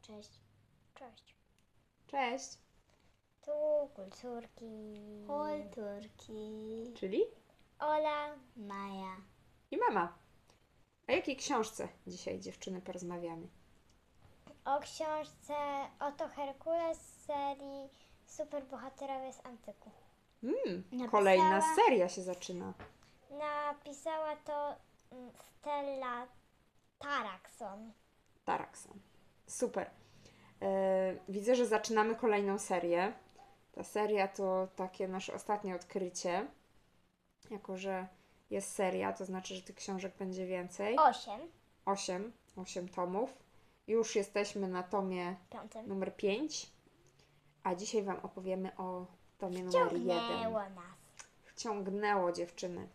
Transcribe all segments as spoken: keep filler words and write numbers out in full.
Cześć. Cześć. Cześć. Tu kulturki. Kulturki. Czyli? Ola. Maja. I mama. O jakiej książce dzisiaj, dziewczyny, porozmawiamy? O książce Oto Herkules z serii Superbohaterowie z Antyku. Mm, Napisała- Kolejna seria się zaczyna. Napisała to mm, Stella Tarakson. Tarakson. Super. E, widzę, że zaczynamy kolejną serię. Ta seria to takie nasze ostatnie odkrycie. Jako, że jest seria, to znaczy, że tych książek będzie więcej. Osiem. Osiem. Osiem tomów. Już jesteśmy na tomie Piątym. numer pięć. A dzisiaj Wam opowiemy o tomie numer jeden. Ciągnęło nas. Wciągnęło dziewczyny.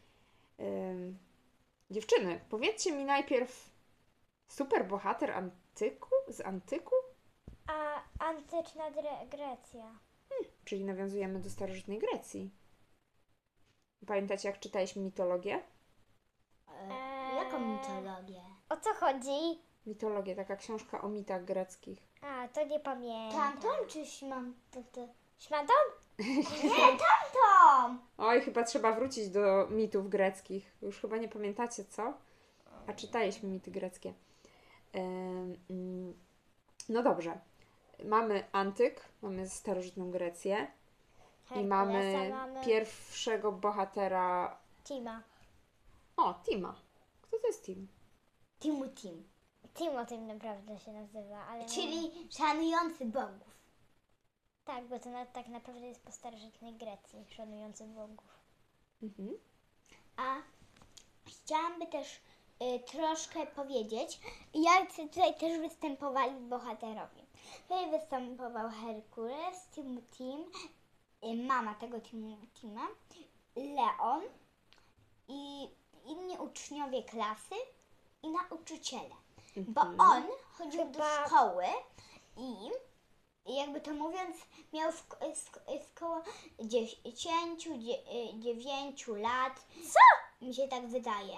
Ym, dziewczyny, powiedzcie mi najpierw, superbohater antyku? Z antyku? A antyczna Dre- Grecja. Czyli nawiązujemy do starożytnej Grecji. Pamiętacie, jak czytaliśmy mitologię? E, Eee. Jaką mitologię? O co chodzi? Mitologię, taka książka o mitach greckich. A, to nie pamiętam. Tamtą czy śmam... To, to... Szmatą? Nie, tamtą! Oj, chyba trzeba wrócić do mitów greckich. Już chyba nie pamiętacie, co? A czytaliśmy mity greckie. Ym, mm, no dobrze. Mamy antyk, mamy starożytną Grecję. I mamy, Herkulesa mamy pierwszego bohatera. Tima. O, Tima. Kto to jest Tim? Timu Tim. Timo tym naprawdę się nazywa, ale... Czyli szanujący bogów. Tak, bo to na, tak naprawdę jest po starożytnej Grecji, szanujący bogów. Mhm. A chciałam też y, troszkę powiedzieć, jak tutaj też występowali bohaterowie. Tutaj występował Herkules, Timu Tim, y, mama tego Timu Tima, Leon i inni uczniowie klasy i nauczyciele. Bo Mhm. on chodził do Chyba- szkoły i jakby to mówiąc miał w, w, w koło dziesięciu, dzie- dziewięciu lat. Co? Mi się tak wydaje.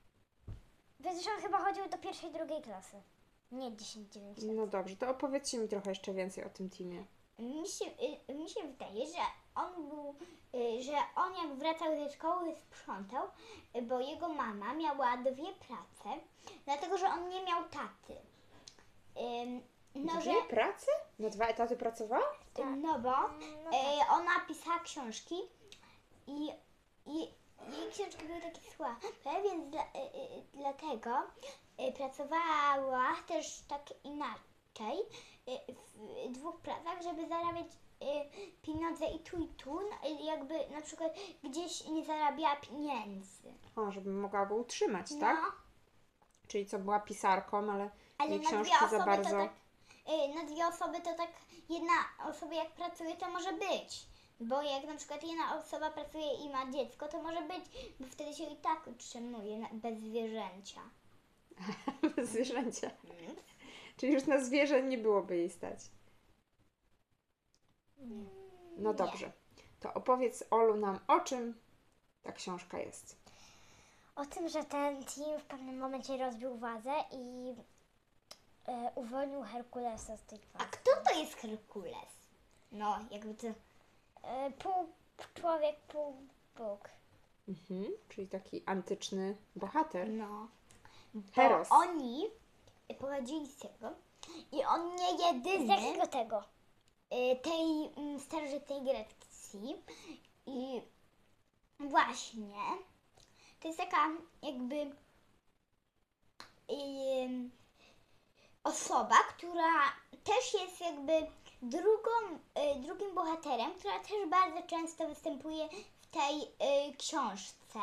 Więc on chyba chodził do pierwszej, drugiej klasy. Nie dziesięć, dziewięć lat. No dobrze, to opowiedzcie mi trochę jeszcze więcej o tym Timie. Mi się, y, mi się wydaje, że on był, y, że on jak wracał ze szkoły sprzątał, y, bo jego mama miała dwie prace, dlatego że on nie miał taty. Ym, No, że, Dwie prace? Na dwa etaty pracowała? Tak. no bo No tak. y, ona pisała książki i, i jej książki były takie słabe, więc dla, y, y, dlatego y, pracowała też tak inaczej y, w dwóch pracach, żeby zarabiać y, pieniądze i tu i tu, no, y, jakby na przykład gdzieś nie zarabiała pieniędzy. O, żeby mogła go utrzymać, tak? No, Czyli co, była pisarką, ale, ale jej na dwie książki osoby za bardzo... to tak, y, na dwie osoby to tak jedna osoba jak pracuje, to może być. Bo jak na przykład jedna osoba pracuje i ma dziecko, to może być, bo wtedy się i tak utrzymuje na- bez zwierzęcia. zwierzęcia. Czyli już na zwierzę nie byłoby jej stać. No Nie. dobrze. To opowiedz, Olu, nam, o czym ta książka jest. O tym, że ten Tim w pewnym momencie rozbił wazę i e, uwolnił Herkulesa z tej A wazy. kto to jest Herkules? No, jakby to... E, pół człowiek, pół Bóg. Mhm. Czyli taki antyczny bohater. No. Bo Heros. oni pochodzili z tego i on nie Z jedyny jakiego tego? y, tej mm, starożytnej Grecji. I właśnie to jest taka jakby ym, osoba, która też jest jakby drugą, y, drugim bohaterem, która też bardzo często występuje w tej y, książce.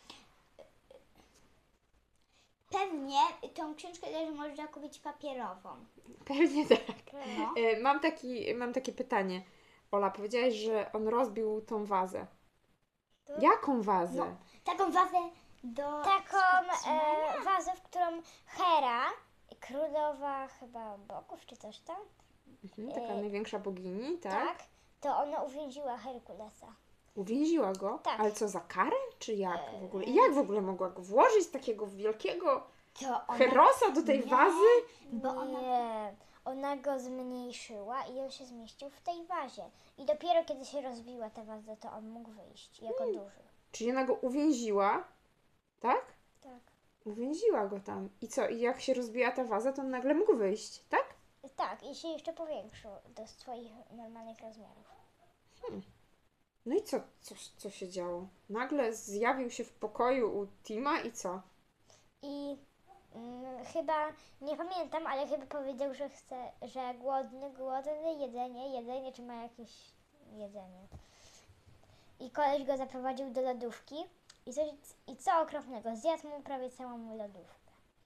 Pewnie tą książkę też można kupić papierową. Pewnie tak. No. E, Mam, taki, mam takie pytanie. Ola, powiedziałaś, że on rozbił tą wazę. Tu? Jaką wazę? No. Taką wazę do... Taką e, trzymania. wazę, w którą Hera, królowa chyba bogów czy coś tam, Mhm, taka e, największa bogini, tak? tak, to ona uwięziła Herkulesa. Uwięziła go? Tak. Ale co, za karę? Czy jak w ogóle? I jak w ogóle mogła go włożyć, takiego wielkiego To ona... herosa do tej Nie, wazy? Bo ona... Nie, ona go zmniejszyła i on się zmieścił w tej wazie. I dopiero kiedy się rozbiła ta waza, to on mógł wyjść jako duży. Czyli ona go uwięziła, tak? Tak. Uwięziła go tam. I co? I jak się rozbiła ta waza, to on nagle mógł wyjść, tak? Tak, i się jeszcze powiększył do swoich normalnych rozmiarów. No i co, co, co się działo? Nagle zjawił się w pokoju u Tima i co? I mm, chyba, nie pamiętam, ale chyba powiedział, że chce, że głodny, głodny, jedzenie, jedzenie, czy ma jakieś jedzenie. I koleś go zaprowadził do lodówki i, coś, i co okropnego, zjadł mu prawie całą lodówkę.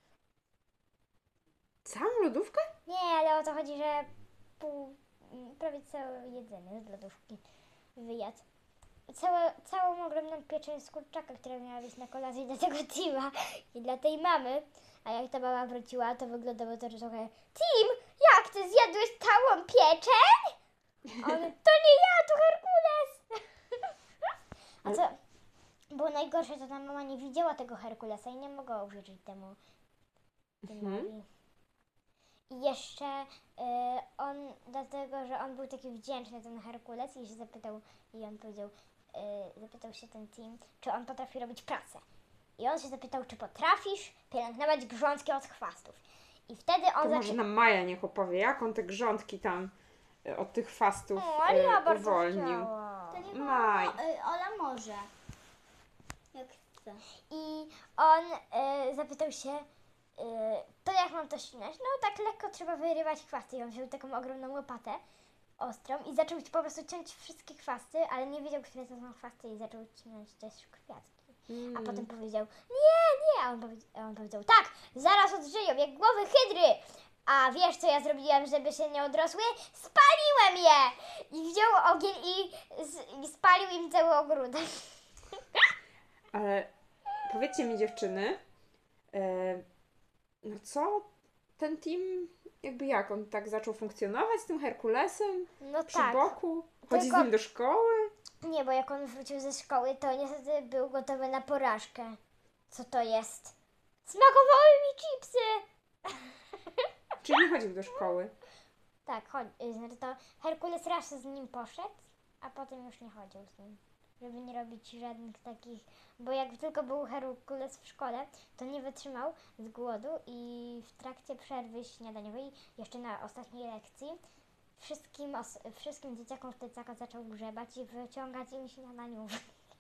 Całą lodówkę? Nie, ale o to chodzi, że pół, mm, prawie całe jedzenie z lodówki wyjadł. Całe, całą ogromną pieczeń z kurczaka, która miała być na kolacji dla tego Tima i dla tej mamy. A jak ta mama wróciła, to wyglądało to, że trochę Tim, jak ty zjadłeś całą pieczeń? A on, to nie ja, to Herkules! A co było najgorsze, to ta mama nie widziała tego Herkulesa i nie mogła uwierzyć temu Timowi. Mhm. I jeszcze y, on, dlatego, że on był taki wdzięczny, ten Herkules, i się zapytał, i on powiedział, y, zapytał się ten Tim, czy on potrafi robić pracę. I on się zapytał, czy potrafisz pielęgnować grządki od chwastów. I wtedy on To może zaczął... nam Maja niech opowie, jak on te grządki tam e, od tych fastów O, ale ja e, bardzo uwolnił. chciałam. To nie Maj. ma, y, Ola może. Jak chce. I on y, zapytał się, y, to jak mam to ścinać? No tak lekko trzeba wyrywać chwasty. I on wziął taką ogromną łopatę ostrą i zaczął po prostu ciąć wszystkie chwasty, ale nie wiedział, które to są chwasty i zaczął ciąć też kwiatki. Mm. A potem powiedział, nie, nie, a on, powie, a on powiedział, tak, zaraz odżyją, jak głowy hydry. A wiesz, co ja zrobiłem, żeby się nie odrosły? Spaliłem je! I wziął ogień i, z, i spalił im cały ogródek. Ale powiedzcie mi, dziewczyny, e, no co ten team, jakby jak on tak zaczął funkcjonować z tym Herkulesem No przy tak. boku? Chodzi Tylko- z nim do szkoły? Nie, bo jak on wrócił ze szkoły, to niestety był gotowy na porażkę. Co to jest? Smakowały mi chipsy! Czy nie chodził do szkoły? Tak, chodź, y, znaczy to Herkules raz z nim poszedł, a potem już nie chodził z nim. Żeby nie robić żadnych takich, bo jak tylko był Herkules w szkole, to nie wytrzymał z głodu i w trakcie przerwy śniadaniowej, jeszcze na ostatniej lekcji, wszystkim, os- wszystkim dzieciakom w plecaka zaczął grzebać i wyciągać im śniadaniówkę.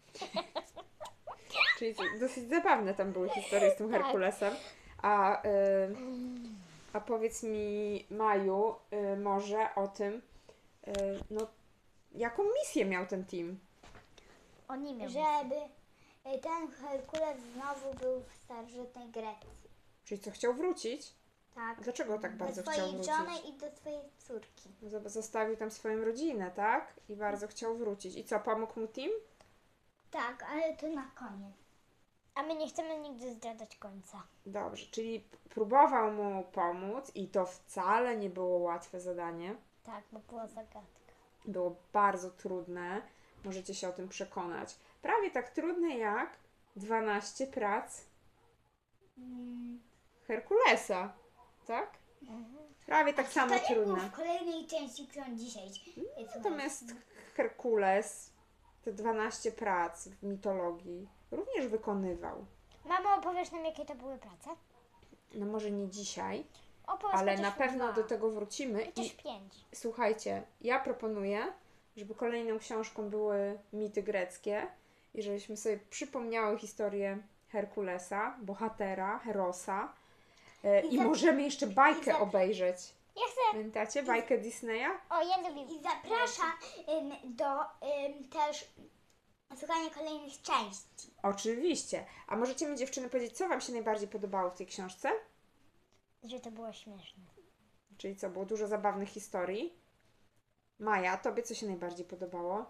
Czyli co, dosyć zabawne tam były historie z tym Tak. Herkulesem. A, y, a powiedz mi, Maju, y, może o tym, y, no, jaką misję miał ten team? On nie miał. Żeby y, ten Herkules znowu był w starożytnej Grecji. Czyli co, chciał wrócić? Tak. Dlaczego tak Do bardzo chciał swojej wrócić? żony i do swojej córki. Zo- Zostawił tam swoją rodzinę, tak? I bardzo chciał wrócić. I co, pomógł mu team? Tak, ale to na koniec. A my nie chcemy nigdy zdradzać końca. Dobrze, czyli próbował mu pomóc i to wcale nie było łatwe zadanie. Tak, bo była zagadka. Było bardzo trudne. Możecie się o tym przekonać. Prawie tak trudne jak dwanaście prac Mm. Herkulesa, tak? Prawie tak samo To nie było trudne. w kolejnej części, którą dzisiaj słuchaliśmy. Natomiast Herkules te dwanaście prac w mitologii również wykonywał. Mamo, opowiesz nam, jakie to były prace? No może nie dzisiaj, Opowiedz ale chociaż na pewno dwa. do tego wrócimy. Chociaż I pięć. słuchajcie, ja proponuję, żeby kolejną książką były mity greckie i żebyśmy sobie przypomniały historię Herkulesa, bohatera, Herosa. E, I I za- możemy jeszcze bajkę i za- obejrzeć. Ja chcę. Pamiętacie bajkę Disneya? O, ja lubię. I zapraszam ym, do ym, też słuchania kolejnych części. Oczywiście. A możecie mi, dziewczyny, powiedzieć, co Wam się najbardziej podobało w tej książce? Że to było śmieszne. Czyli co, było dużo zabawnych historii? Maja, Tobie co się najbardziej podobało?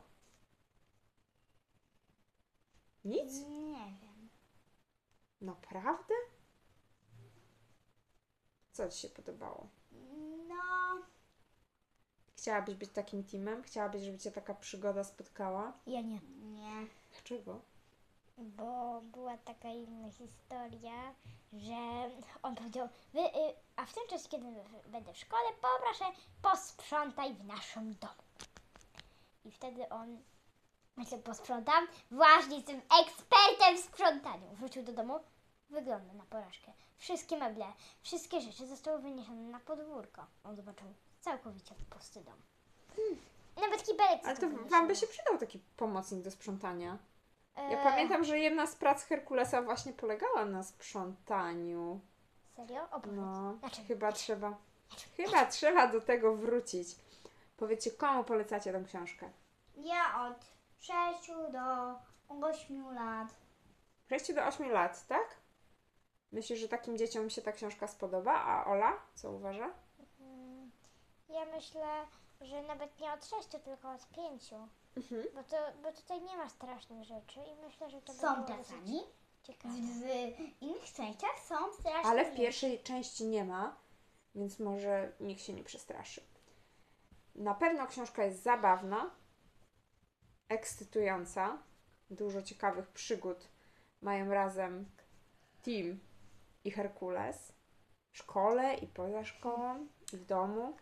Nic? Nie wiem. Naprawdę? Co Ci się podobało? No, Chciałabyś być takim teamem? Chciałabyś, żeby Cię taka przygoda spotkała? Ja nie. nie. Dlaczego? bo była taka inna historia, że on powiedział, Wy, y, a w tym czasie, kiedy będę w szkole, poproszę, posprzątaj w naszym domu. I wtedy on, myślę, posprzątam, właśnie jestem ekspertem w sprzątaniu. Wrócił do domu, wygląda na porażkę. Wszystkie meble, wszystkie rzeczy zostały wyniesione na podwórko. On zobaczył całkowicie pusty dom. Nawet kibelek Ale to został Wam by wyniesiony. się przydał taki pomocnik do sprzątania. Ja Eee, pamiętam, że jedna z prac Herkulesa właśnie polegała na sprzątaniu. Serio? Opowiedz. No, Znaczy, chyba trzeba, chyba trzeba do tego wrócić. Powiedzcie, komu polecacie tę książkę? Ja od sześciu do ośmiu lat. W sześciu do ośmiu lat, tak? Myślisz, że takim dzieciom się ta książka spodoba? A Ola, co uważa? mm, ja myślę, że nawet nie od sześciu, tylko od pięciu. Mhm. Bo, to, bo tutaj nie ma strasznych rzeczy i myślę, że to by Są było dosyć czasami. ciekawe. W innych częściach są strasznie. Ale w pierwszej części nie ma, więc może nikt się nie przestraszy. Na pewno książka jest zabawna, ekscytująca, dużo ciekawych przygód mają razem Tim i Herkules w szkole i poza szkołą i w domu.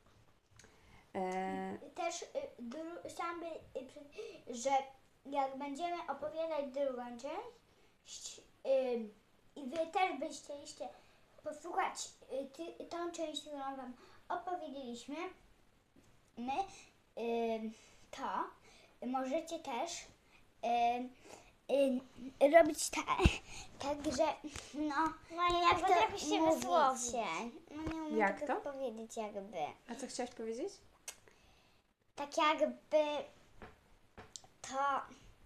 E, Też y, dru- chciałam by, y, przy- że jak będziemy opowiadać drugą część y, i wy też byście chcieliście posłuchać y, ty, tą część, którą wam opowiedzieliśmy, my y, to możecie też y, y, robić tak, tak, że no, No nie, jak potrafisz się mówicie? wysłowić. No nie umiem Jak tego to? powiedzieć jakby. a co chciałaś powiedzieć? Tak jakby to,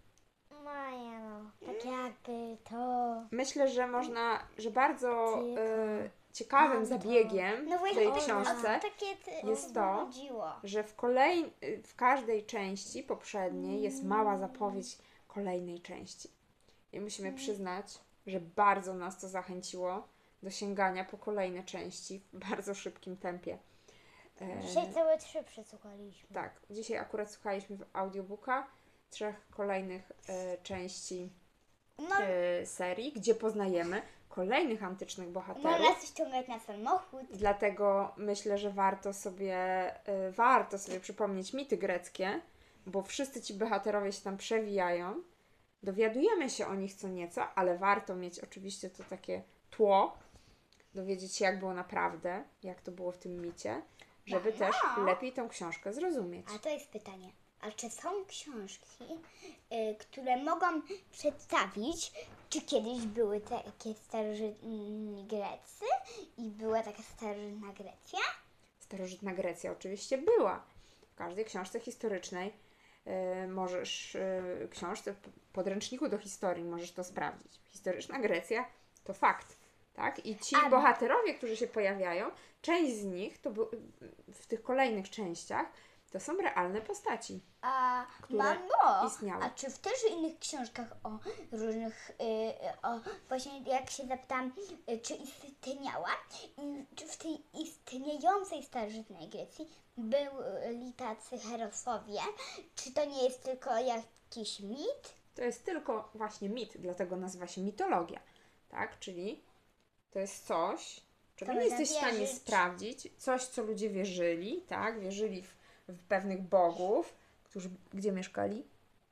Maja, no. Tak jakby to... Myślę, że można, że bardzo Tylko e, ciekawym zabiegiem no w właśnie tej o to- książce o takie ty- jest o to, chodziło. że w, kolej, w każdej części poprzedniej jest mała zapowiedź kolejnej części. I musimy przyznać, że bardzo nas to zachęciło do sięgania po kolejne części w bardzo szybkim tempie. E, Dzisiaj całe trzy przesłuchaliśmy. tak, dzisiaj akurat słuchaliśmy w audiobooka trzech kolejnych e, części No, e, serii, gdzie poznajemy kolejnych antycznych bohaterów. można coś ściągać na samochód. Dlatego myślę, że warto sobie, y, warto sobie przypomnieć mity greckie, bo wszyscy ci bohaterowie się tam przewijają. Dowiadujemy się o nich co nieco, ale warto mieć oczywiście to takie tło, dowiedzieć się jak było naprawdę, jak to było w tym micie, żeby Mamo! też lepiej tą książkę zrozumieć. A to jest pytanie. A czy są książki, y, które mogą przedstawić, czy kiedyś były takie starożytni Grecy i była taka starożytna Grecja? Starożytna Grecja oczywiście była. W każdej książce historycznej y, możesz, y, książce, w podręczniku do historii możesz to sprawdzić. Historyczna Grecja to fakt, tak? I ci A- bohaterowie, którzy się pojawiają, część z nich to był, w tych kolejnych częściach to są realne postaci. A Które mamo, istniały. a czy w też innych książkach o różnych, y, o właśnie jak się zapytam, y, czy istniała, i czy w tej istniejącej starożytnej Grecji byli tacy herosowie, czy to nie jest tylko jakiś mit? To jest tylko właśnie mit, dlatego nazywa się mitologia, tak? Czyli to jest coś, czego Co nie można jesteś w stanie wierzyć. sprawdzić, coś, co ludzie wierzyli, tak? Wierzyli w, w pewnych bogów, którzy gdzie mieszkali?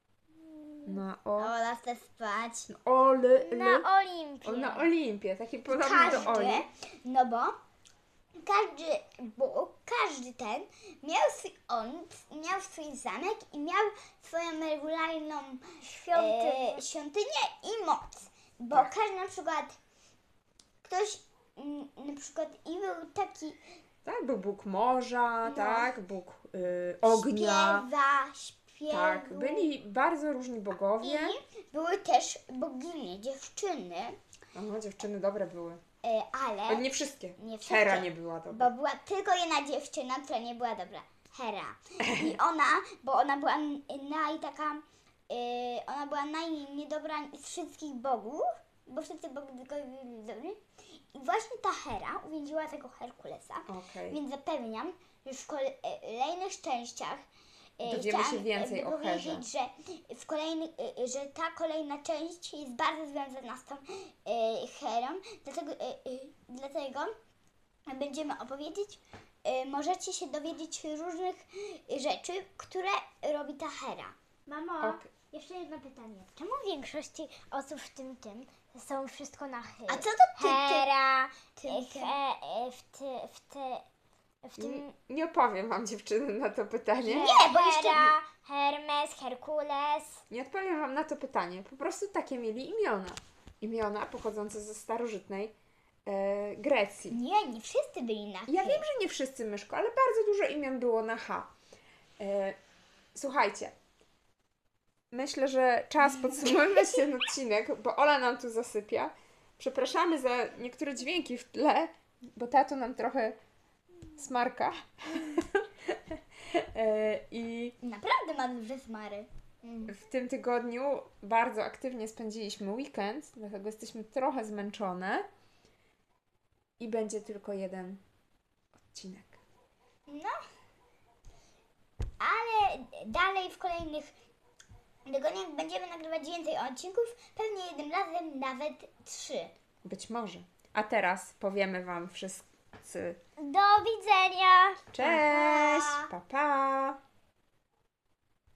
Na o... Ola chce spać. o le, le, Na Olimpie. o, na Olimpie, taki podobny do Każdy, Oli. no bo każdy, bo każdy ten miał swój, on miał swój zamek i miał swoją regularną Świątynię. e, świątynię i moc. Bo Tak. każdy na przykład, ktoś mm, na przykład i był taki Tak, był Bóg morza, No. tak, Bóg y, ognia. śpiewa, śpiewu. Tak, byli bardzo różni bogowie. I były też boginie, dziewczyny, O, dziewczyny dobre były. e, ale Ale nie wszystkie. Nie wszystkie. Hera nie była dobra. bo była tylko jedna dziewczyna, która nie była dobra. Hera. I ona, bo ona była n- naj taka, yy, ona była najniedobra z wszystkich bogów, bo wszyscy bogowie byli dobrzy. I właśnie ta Hera uwięziła tego Herkulesa. Okej. Więc zapewniam, że w kolejnych częściach e, Dowiemy chciałam, się więcej e, o Herze. powiedzieć, że w kolejny, e, że ta kolejna część jest bardzo związana z tą e, Herą, dlatego, e, e, dlatego będziemy opowiedzieć, e, możecie się dowiedzieć różnych rzeczy, które robi ta Hera. Mamo, Ok. jeszcze jedno pytanie. Czemu większości osób w tym tym są wszystko na hy? A co to ty, ty, Hera, ty, e, ty? he, e, w, ty, w, ty, w tym... N- Nie opowiem Wam, dziewczyny, na to pytanie. Nie, bo jeszcze- Hera, Hermes, Herkules. Nie odpowiem Wam na to pytanie. Po prostu takie mieli imiona. Imiona pochodzące ze starożytnej e, Grecji. Nie, nie wszyscy byli na Ja Hy. wiem, że nie wszyscy, Myszko, ale bardzo dużo imion było na H. E, słuchajcie, myślę, że czas podsumowywać ten odcinek, bo Ola nam tu zasypia. Przepraszamy za niektóre dźwięki w tle, bo tato nam trochę smarka. e, I Naprawdę ma duże smary. w tym tygodniu bardzo aktywnie spędziliśmy weekend, dlatego jesteśmy trochę zmęczone. I będzie tylko jeden odcinek. No, ale dalej w kolejnych tygodniach będziemy nagrywać więcej odcinków, pewnie jednym razem nawet trzy. Być może. A teraz powiemy Wam wszyscy Do widzenia! cześć, pa pa!